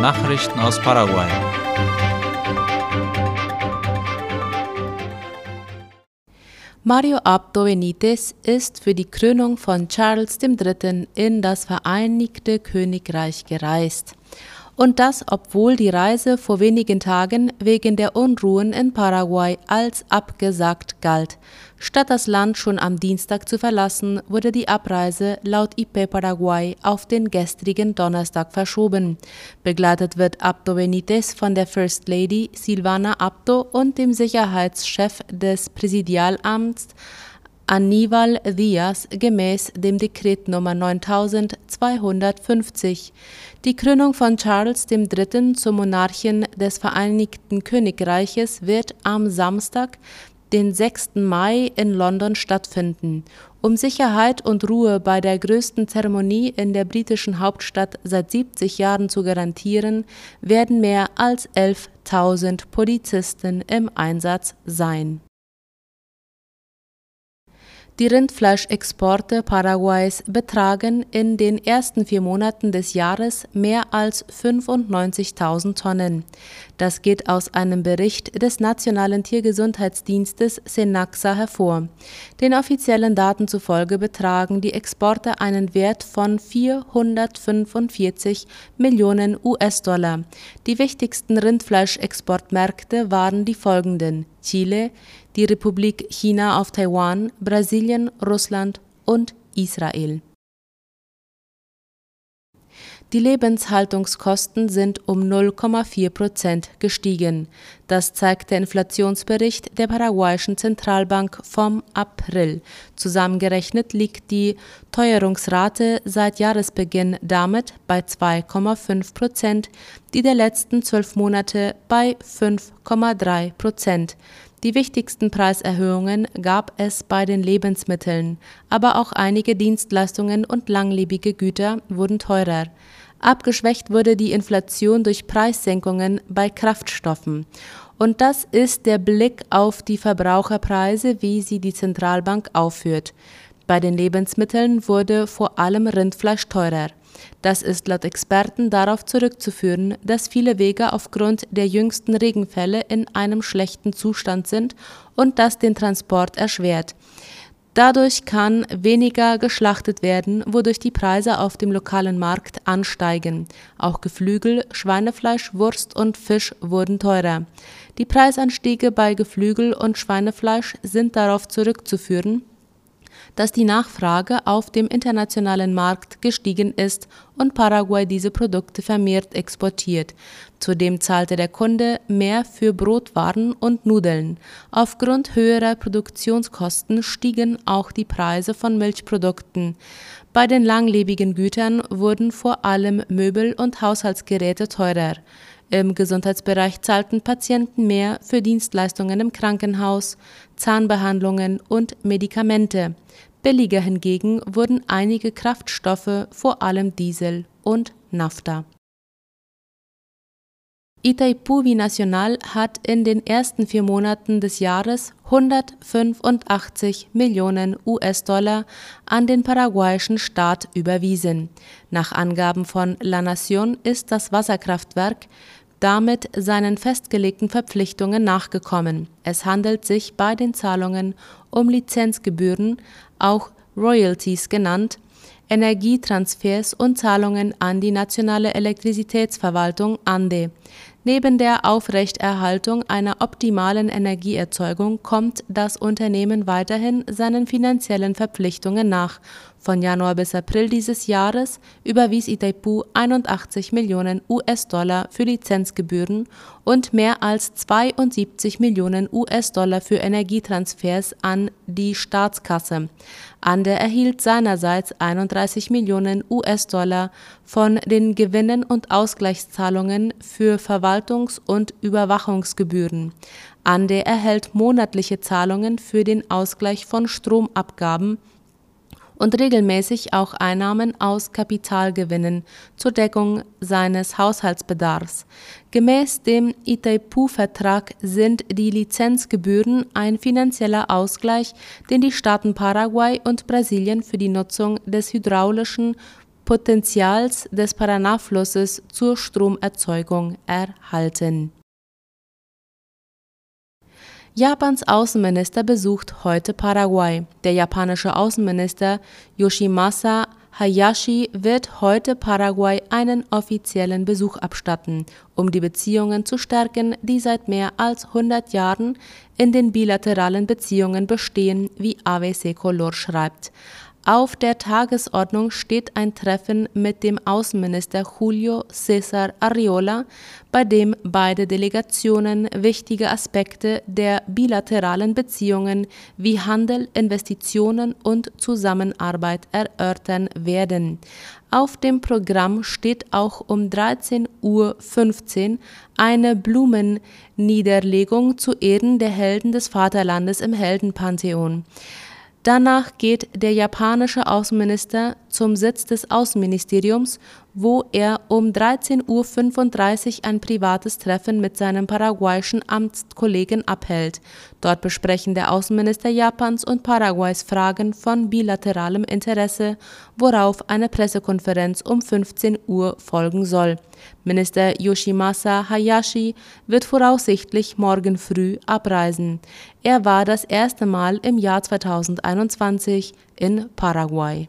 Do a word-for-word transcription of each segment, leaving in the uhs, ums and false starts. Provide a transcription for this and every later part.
Nachrichten aus Paraguay. Mario Abdo Benítez ist für die Krönung von Charles der Dritte in das Vereinigte Königreich gereist. Und das, obwohl die Reise vor wenigen Tagen wegen der Unruhen in Paraguay als abgesagt galt. Statt das Land schon am Dienstag zu verlassen, wurde die Abreise laut I P Paraguay auf den gestrigen Donnerstag verschoben. Begleitet wird Abdo Benítez von der First Lady Silvana Abdo und dem Sicherheitschef des Präsidialamts Aníbal Díaz gemäß dem Dekret Nummer neuntausendzweihundertfünfzig. Die Krönung von Charles der Dritte zum Monarchen des Vereinigten Königreiches wird am Samstag, den sechsten Mai, in London stattfinden. Um Sicherheit und Ruhe bei der größten Zeremonie in der britischen Hauptstadt seit siebzig Jahren zu garantieren, werden mehr als elftausend Polizisten im Einsatz sein. Die Rindfleischexporte Paraguays betragen in den ersten vier Monaten des Jahres mehr als fünfundneunzigtausend Tonnen. Das geht aus einem Bericht des Nationalen Tiergesundheitsdienstes SENAXA hervor. Den offiziellen Daten zufolge betragen die Exporte einen Wert von vierhundertfünfundvierzig Millionen U S-Dollar. Die wichtigsten Rindfleischexportmärkte waren die folgenden: Chile, die Republik China auf Taiwan, Brasilien, Russland und Israel. Die Lebenshaltungskosten sind um null Komma vier Prozent gestiegen. Das zeigt der Inflationsbericht der paraguayischen Zentralbank vom April. Zusammengerechnet liegt die Teuerungsrate seit Jahresbeginn damit bei zwei Komma fünf Prozent, die der letzten zwölf Monate bei fünf Komma drei Prozent. Die wichtigsten Preiserhöhungen gab es bei den Lebensmitteln, aber auch einige Dienstleistungen und langlebige Güter wurden teurer. Abgeschwächt wurde die Inflation durch Preissenkungen bei Kraftstoffen. Und das ist der Blick auf die Verbraucherpreise, wie sie die Zentralbank aufführt. Bei den Lebensmitteln wurde vor allem Rindfleisch teurer. Das ist laut Experten darauf zurückzuführen, dass viele Wege aufgrund der jüngsten Regenfälle in einem schlechten Zustand sind und das den Transport erschwert. Dadurch kann weniger geschlachtet werden, wodurch die Preise auf dem lokalen Markt ansteigen. Auch Geflügel, Schweinefleisch, Wurst und Fisch wurden teurer. Die Preisanstiege bei Geflügel und Schweinefleisch sind darauf zurückzuführen, dass die Nachfrage auf dem internationalen Markt gestiegen ist und Paraguay diese Produkte vermehrt exportiert. Zudem zahlte der Kunde mehr für Brotwaren und Nudeln. Aufgrund höherer Produktionskosten stiegen auch die Preise von Milchprodukten. Bei den langlebigen Gütern wurden vor allem Möbel und Haushaltsgeräte teurer. Im Gesundheitsbereich zahlten Patienten mehr für Dienstleistungen im Krankenhaus, Zahnbehandlungen und Medikamente. Billiger hingegen wurden einige Kraftstoffe, vor allem Diesel und Nafta. Itaipu Binacional hat in den ersten vier Monaten des Jahres hundertfünfundachtzig Millionen U S-Dollar an den paraguayischen Staat überwiesen. Nach Angaben von La Nación ist das Wasserkraftwerk damit seinen festgelegten Verpflichtungen nachgekommen. Es handelt sich bei den Zahlungen um Lizenzgebühren, auch Royalties genannt, Energietransfers und Zahlungen an die nationale Elektrizitätsverwaltung ANDE. Neben der Aufrechterhaltung einer optimalen Energieerzeugung kommt das Unternehmen weiterhin seinen finanziellen Verpflichtungen nach. Von Januar bis April dieses Jahres überwies Itaipu einundachtzig Millionen U S-Dollar für Lizenzgebühren und mehr als zweiundsiebzig Millionen U S-Dollar für Energietransfers an die Staatskasse. ANDE erhielt seinerseits einunddreißig Millionen U S-Dollar von den Gewinnen und Ausgleichszahlungen für Verwaltungs- und Überwachungsgebühren. ANDE erhält monatliche Zahlungen für den Ausgleich von Stromabgaben und regelmäßig auch Einnahmen aus Kapitalgewinnen zur Deckung seines Haushaltsbedarfs. Gemäß dem Itaipu-Vertrag sind die Lizenzgebühren ein finanzieller Ausgleich, den die Staaten Paraguay und Brasilien für die Nutzung des hydraulischen Potenzials des Paraná-Flusses zur Stromerzeugung erhalten. Japans Außenminister besucht heute Paraguay. Der japanische Außenminister Yoshimasa Hayashi wird heute Paraguay einen offiziellen Besuch abstatten, um die Beziehungen zu stärken, die seit mehr als hundert Jahren in den bilateralen Beziehungen bestehen, wie A B C Color schreibt. Auf der Tagesordnung steht ein Treffen mit dem Außenminister Julio César Arriola, bei dem beide Delegationen wichtige Aspekte der bilateralen Beziehungen wie Handel, Investitionen und Zusammenarbeit erörtern werden. Auf dem Programm steht auch um dreizehn Uhr fünfzehn eine Blumenniederlegung zu Ehren der Helden des Vaterlandes im Heldenpantheon. Danach geht der japanische Außenminister zum Sitz des Außenministeriums, wo er um dreizehn Uhr fünfunddreißig ein privates Treffen mit seinem paraguayischen Amtskollegen abhält. Dort besprechen der Außenminister Japans und Paraguays Fragen von bilateralem Interesse, worauf eine Pressekonferenz um fünfzehn Uhr folgen soll. Minister Yoshimasa Hayashi wird voraussichtlich morgen früh abreisen. Er war das erste Mal im Jahr zweitausendeinundzwanzig in Paraguay.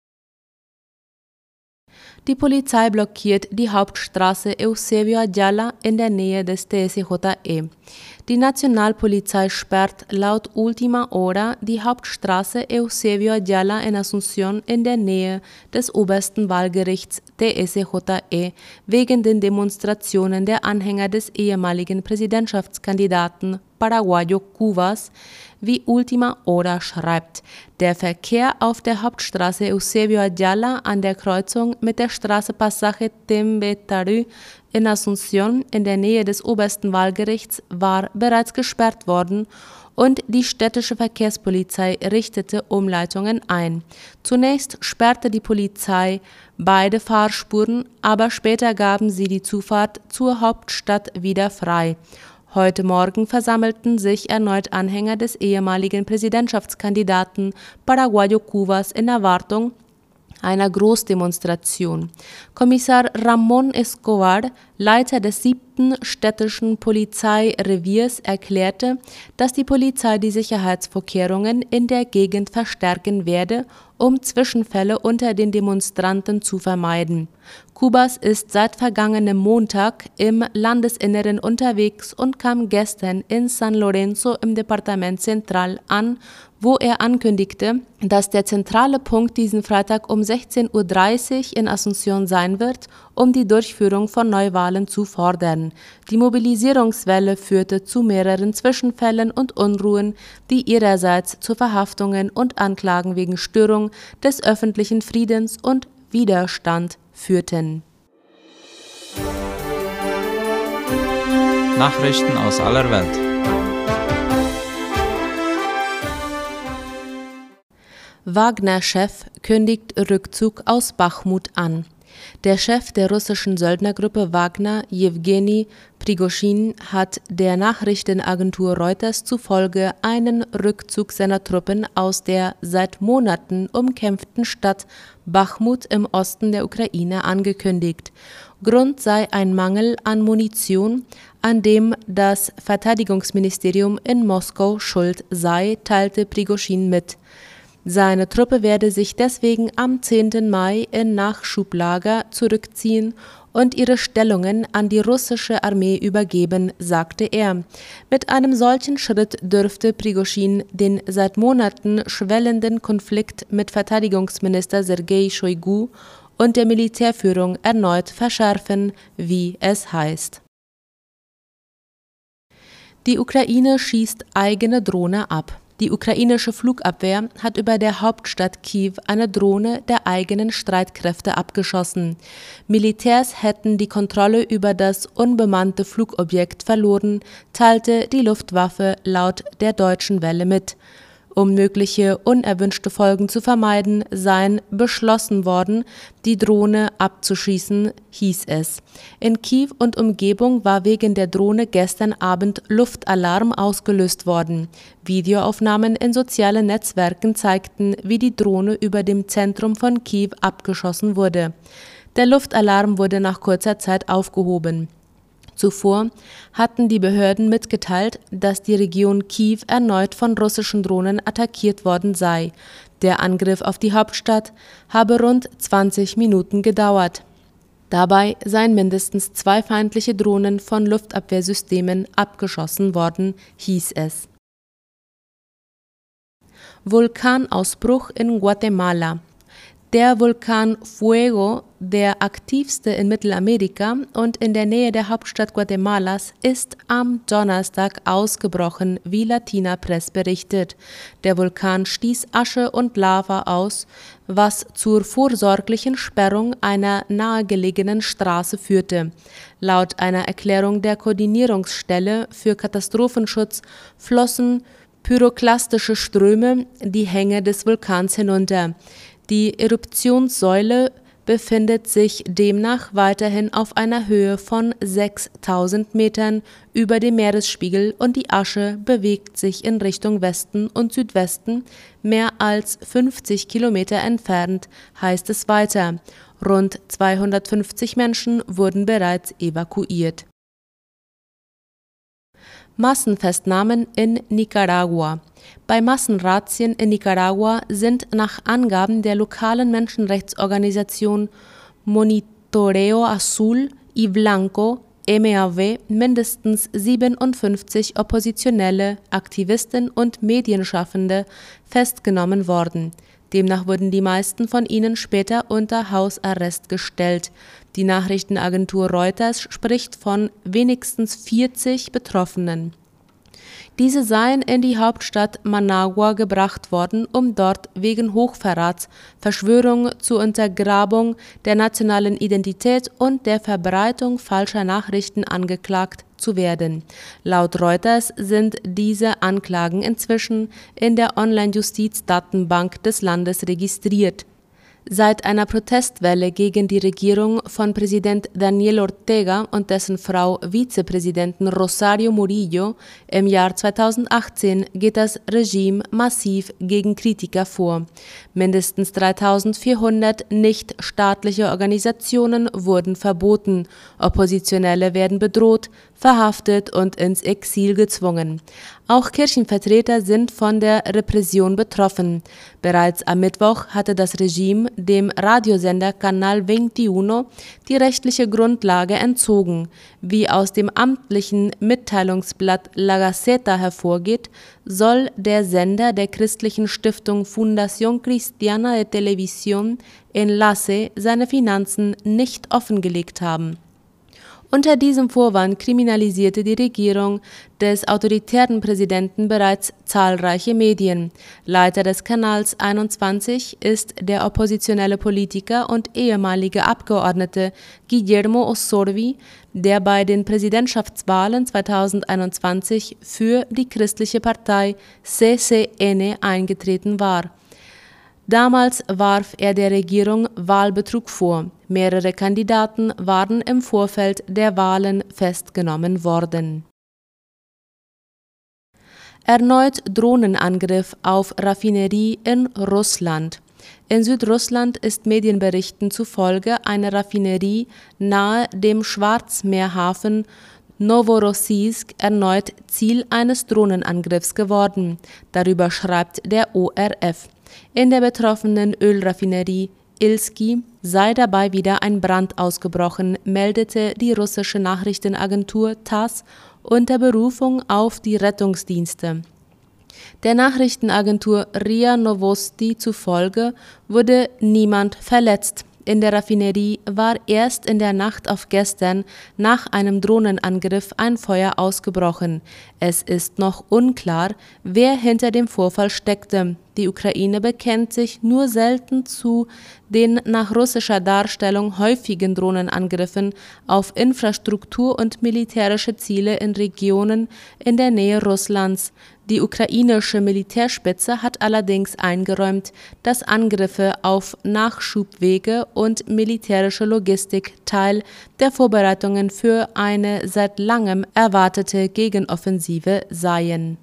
Die Polizei blockiert die Hauptstraße Eusebio Ayala in der Nähe des T S J E. Die Nationalpolizei sperrt laut Última Hora die Hauptstraße Eusebio Ayala in Asunción in der Nähe des obersten Wahlgerichts T S J E wegen den Demonstrationen der Anhänger des ehemaligen Präsidentschaftskandidaten Paraguayo Cubas, wie Última Hora schreibt. Der Verkehr auf der Hauptstraße Eusebio Ayala an der Kreuzung mit der Straße Pasaje Tembetaru in Asunción in der Nähe des obersten Wahlgerichts war bereits gesperrt worden und die städtische Verkehrspolizei richtete Umleitungen ein. Zunächst sperrte die Polizei beide Fahrspuren, aber später gaben sie die Zufahrt zur Hauptstadt wieder frei. Heute Morgen versammelten sich erneut Anhänger des ehemaligen Präsidentschaftskandidaten Paraguayo Cubas in Erwartung einer Großdemonstration. Kommissar Ramón Escobar, Leiter des siebten städtischen Polizeireviers, erklärte, dass die Polizei die Sicherheitsvorkehrungen in der Gegend verstärken werde, um Zwischenfälle unter den Demonstranten zu vermeiden. Cubas ist seit vergangenem Montag im Landesinneren unterwegs und kam gestern in San Lorenzo im Departement Central an, wo er ankündigte, dass der zentrale Punkt diesen Freitag um sechzehn Uhr dreißig in Asunción sein wird, um die Durchführung von Neuwahlen zu fordern. Die Mobilisierungswelle führte zu mehreren Zwischenfällen und Unruhen, die ihrerseits zu Verhaftungen und Anklagen wegen Störung des öffentlichen Friedens und Widerstand führten. Nachrichten aus aller Welt. Wagner-Chef kündigt Rückzug aus Bachmut an. Der Chef der russischen Söldnergruppe Wagner, Jewgeni Prigoschin, hat der Nachrichtenagentur Reuters zufolge einen Rückzug seiner Truppen aus der seit Monaten umkämpften Stadt Bachmut im Osten der Ukraine angekündigt. Grund sei ein Mangel an Munition, an dem das Verteidigungsministerium in Moskau schuld sei, teilte Prigoschin mit. Seine Truppe werde sich deswegen am zehnten Mai in Nachschublager zurückziehen und ihre Stellungen an die russische Armee übergeben, sagte er. Mit einem solchen Schritt dürfte Prigoschin den seit Monaten schwellenden Konflikt mit Verteidigungsminister Sergei Shoigu und der Militärführung erneut verschärfen, wie es heißt. Die Ukraine schießt eigene Drohne ab. Die ukrainische Flugabwehr hat über der Hauptstadt Kiew eine Drohne der eigenen Streitkräfte abgeschossen. Militärs hätten die Kontrolle über das unbemannte Flugobjekt verloren, teilte die Luftwaffe laut der Deutschen Welle mit. Um mögliche unerwünschte Folgen zu vermeiden, seien beschlossen worden, die Drohne abzuschießen, hieß es. In Kiew und Umgebung war wegen der Drohne gestern Abend Luftalarm ausgelöst worden. Videoaufnahmen in sozialen Netzwerken zeigten, wie die Drohne über dem Zentrum von Kiew abgeschossen wurde. Der Luftalarm wurde nach kurzer Zeit aufgehoben. Zuvor hatten die Behörden mitgeteilt, dass die Region Kiew erneut von russischen Drohnen attackiert worden sei. Der Angriff auf die Hauptstadt habe rund zwanzig Minuten gedauert. Dabei seien mindestens zwei feindliche Drohnen von Luftabwehrsystemen abgeschossen worden, hieß es. Vulkanausbruch in Guatemala. Der Vulkan Fuego, der aktivste in Mittelamerika und in der Nähe der Hauptstadt Guatemalas, ist am Donnerstag ausgebrochen, wie Latina Press berichtet. Der Vulkan stieß Asche und Lava aus, was zur vorsorglichen Sperrung einer nahegelegenen Straße führte. Laut einer Erklärung der Koordinierungsstelle für Katastrophenschutz flossen pyroklastische Ströme die Hänge des Vulkans hinunter. Die Eruptionssäule befindet sich demnach weiterhin auf einer Höhe von sechstausend Metern über dem Meeresspiegel und die Asche bewegt sich in Richtung Westen und Südwesten, mehr als fünfzig Kilometer entfernt, heißt es weiter. Rund zweihundertfünfzig Menschen wurden bereits evakuiert. Massenfestnahmen in Nicaragua. Bei Massenrazzien in Nicaragua sind nach Angaben der lokalen Menschenrechtsorganisation Monitoreo Azul y Blanco M A W mindestens siebenundfünfzig Oppositionelle, Aktivisten und Medienschaffende festgenommen worden. Demnach wurden die meisten von ihnen später unter Hausarrest gestellt. Die Nachrichtenagentur Reuters spricht von wenigstens vierzig Betroffenen. Diese seien in die Hauptstadt Managua gebracht worden, um dort wegen Hochverrats, Verschwörung zur Untergrabung der nationalen Identität und der Verbreitung falscher Nachrichten angeklagt zu werden. Laut Reuters sind diese Anklagen inzwischen in der Online-Justizdatenbank des Landes registriert. Seit einer Protestwelle gegen die Regierung von Präsident Daniel Ortega und dessen Frau Vizepräsidentin Rosario Murillo im Jahr zweitausendachtzehn geht das Regime massiv gegen Kritiker vor. Mindestens dreitausendvierhundert nichtstaatliche Organisationen wurden verboten, Oppositionelle werden bedroht, verhaftet und ins Exil gezwungen. Auch Kirchenvertreter sind von der Repression betroffen. Bereits am Mittwoch hatte das Regime dem Radiosender Canal einundzwanzig die rechtliche Grundlage entzogen. Wie aus dem amtlichen Mitteilungsblatt La Gaceta hervorgeht, soll der Sender der christlichen Stiftung Fundación Cristiana de Televisión Enlace seine Finanzen nicht offengelegt haben. Unter diesem Vorwand kriminalisierte die Regierung des autoritären Präsidenten bereits zahlreiche Medien. Leiter des Kanals einundzwanzig ist der oppositionelle Politiker und ehemalige Abgeordnete Guillermo Osorvi, der bei den Präsidentschaftswahlen zweitausendeinundzwanzig für die christliche Partei C C N eingetreten war. Damals warf er der Regierung Wahlbetrug vor. Mehrere Kandidaten waren im Vorfeld der Wahlen festgenommen worden. Erneut Drohnenangriff auf Raffinerie in Russland. In Südrussland ist Medienberichten zufolge eine Raffinerie nahe dem Schwarzmeerhafen Noworossiysk erneut Ziel eines Drohnenangriffs geworden. Darüber schreibt der O R F. In der betroffenen Ölraffinerie Ilski sei dabei wieder ein Brand ausgebrochen, meldete die russische Nachrichtenagentur TASS unter Berufung auf die Rettungsdienste. Der Nachrichtenagentur R I A Novosti zufolge wurde niemand verletzt. In der Raffinerie war erst in der Nacht auf gestern nach einem Drohnenangriff ein Feuer ausgebrochen. Es ist noch unklar, wer hinter dem Vorfall steckte. Die Ukraine bekennt sich nur selten zu den nach russischer Darstellung häufigen Drohnenangriffen auf Infrastruktur und militärische Ziele in Regionen in der Nähe Russlands. Die ukrainische Militärspitze hat allerdings eingeräumt, dass Angriffe auf Nachschubwege und militärische Logistik Teil der Vorbereitungen für eine seit langem erwartete Gegenoffensive seien.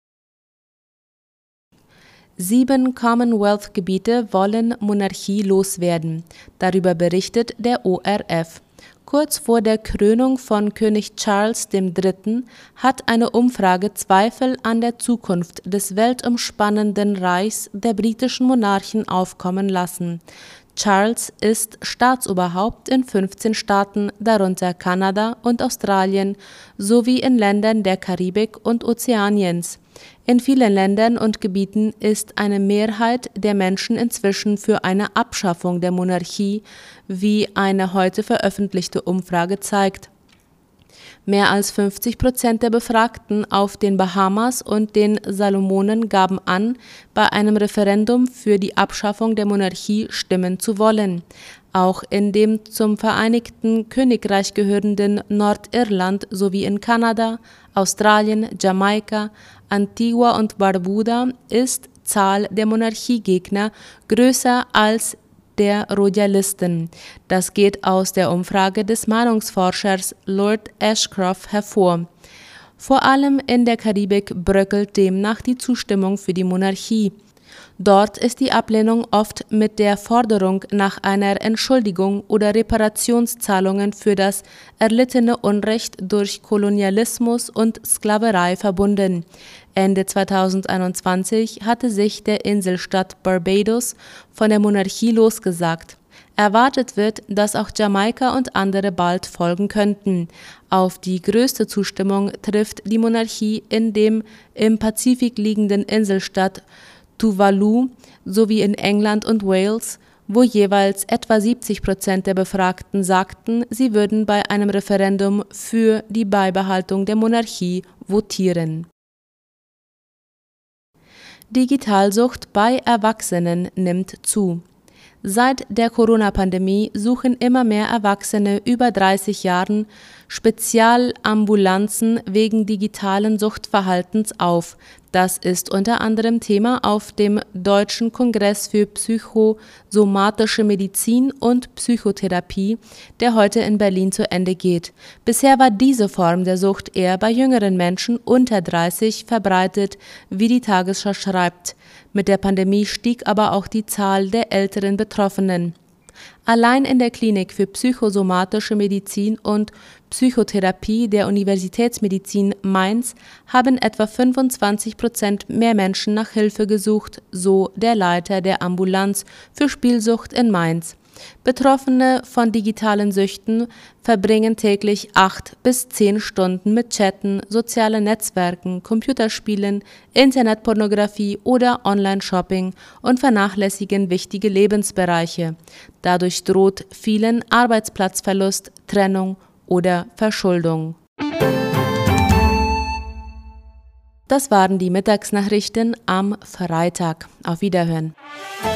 Sieben Commonwealth-Gebiete wollen Monarchie loswerden. Darüber berichtet der O R F. Kurz vor der Krönung von König Charles der Dritte hat eine Umfrage Zweifel an der Zukunft des weltumspannenden Reichs der britischen Monarchen aufkommen lassen. Charles ist Staatsoberhaupt in fünfzehn Staaten, darunter Kanada und Australien, sowie in Ländern der Karibik und Ozeaniens. In vielen Ländern und Gebieten ist eine Mehrheit der Menschen inzwischen für eine Abschaffung der Monarchie, wie eine heute veröffentlichte Umfrage zeigt. Mehr als fünfzig Prozent der Befragten auf den Bahamas und den Salomonen gaben an, bei einem Referendum für die Abschaffung der Monarchie stimmen zu wollen. Auch in dem zum Vereinigten Königreich gehörenden Nordirland sowie in Kanada, Australien, Jamaika, Antigua und Barbuda ist Zahl der Monarchiegegner größer als der Royalisten. Das geht aus der Umfrage des Meinungsforschers Lord Ashcroft hervor. Vor allem in der Karibik bröckelt demnach die Zustimmung für die Monarchie. Dort ist die Ablehnung oft mit der Forderung nach einer Entschuldigung oder Reparationszahlungen für das erlittene Unrecht durch Kolonialismus und Sklaverei verbunden. Ende zweitausendeinundzwanzig hatte sich der Inselstaat Barbados von der Monarchie losgesagt. Erwartet wird, dass auch Jamaika und andere bald folgen könnten. Auf die größte Zustimmung trifft die Monarchie in dem im Pazifik liegenden Inselstaat Tuvalu sowie in England und Wales, wo jeweils etwa siebzig Prozent der Befragten sagten, sie würden bei einem Referendum für die Beibehaltung der Monarchie votieren. Digitalsucht bei Erwachsenen nimmt zu. Seit der Corona-Pandemie suchen immer mehr Erwachsene über dreißig Jahren Spezialambulanzen wegen digitalen Suchtverhaltens auf. Das ist unter anderem Thema auf dem Deutschen Kongress für Psychosomatische Medizin und Psychotherapie, der heute in Berlin zu Ende geht. Bisher war diese Form der Sucht eher bei jüngeren Menschen unter dreißig verbreitet, wie die Tagesschau schreibt. Mit der Pandemie stieg aber auch die Zahl der älteren Betroffenen. Allein in der Klinik für Psychosomatische Medizin und Psychotherapie der Universitätsmedizin Mainz haben etwa fünfundzwanzig Prozent mehr Menschen nach Hilfe gesucht, so der Leiter der Ambulanz für Spielsucht in Mainz. Betroffene von digitalen Süchten verbringen täglich acht bis zehn Stunden mit Chatten, sozialen Netzwerken, Computerspielen, Internetpornografie oder Online-Shopping und vernachlässigen wichtige Lebensbereiche. Dadurch droht vielen Arbeitsplatzverlust, Trennung oder Verschuldung. Das waren die Mittagsnachrichten am Freitag. Auf Wiederhören.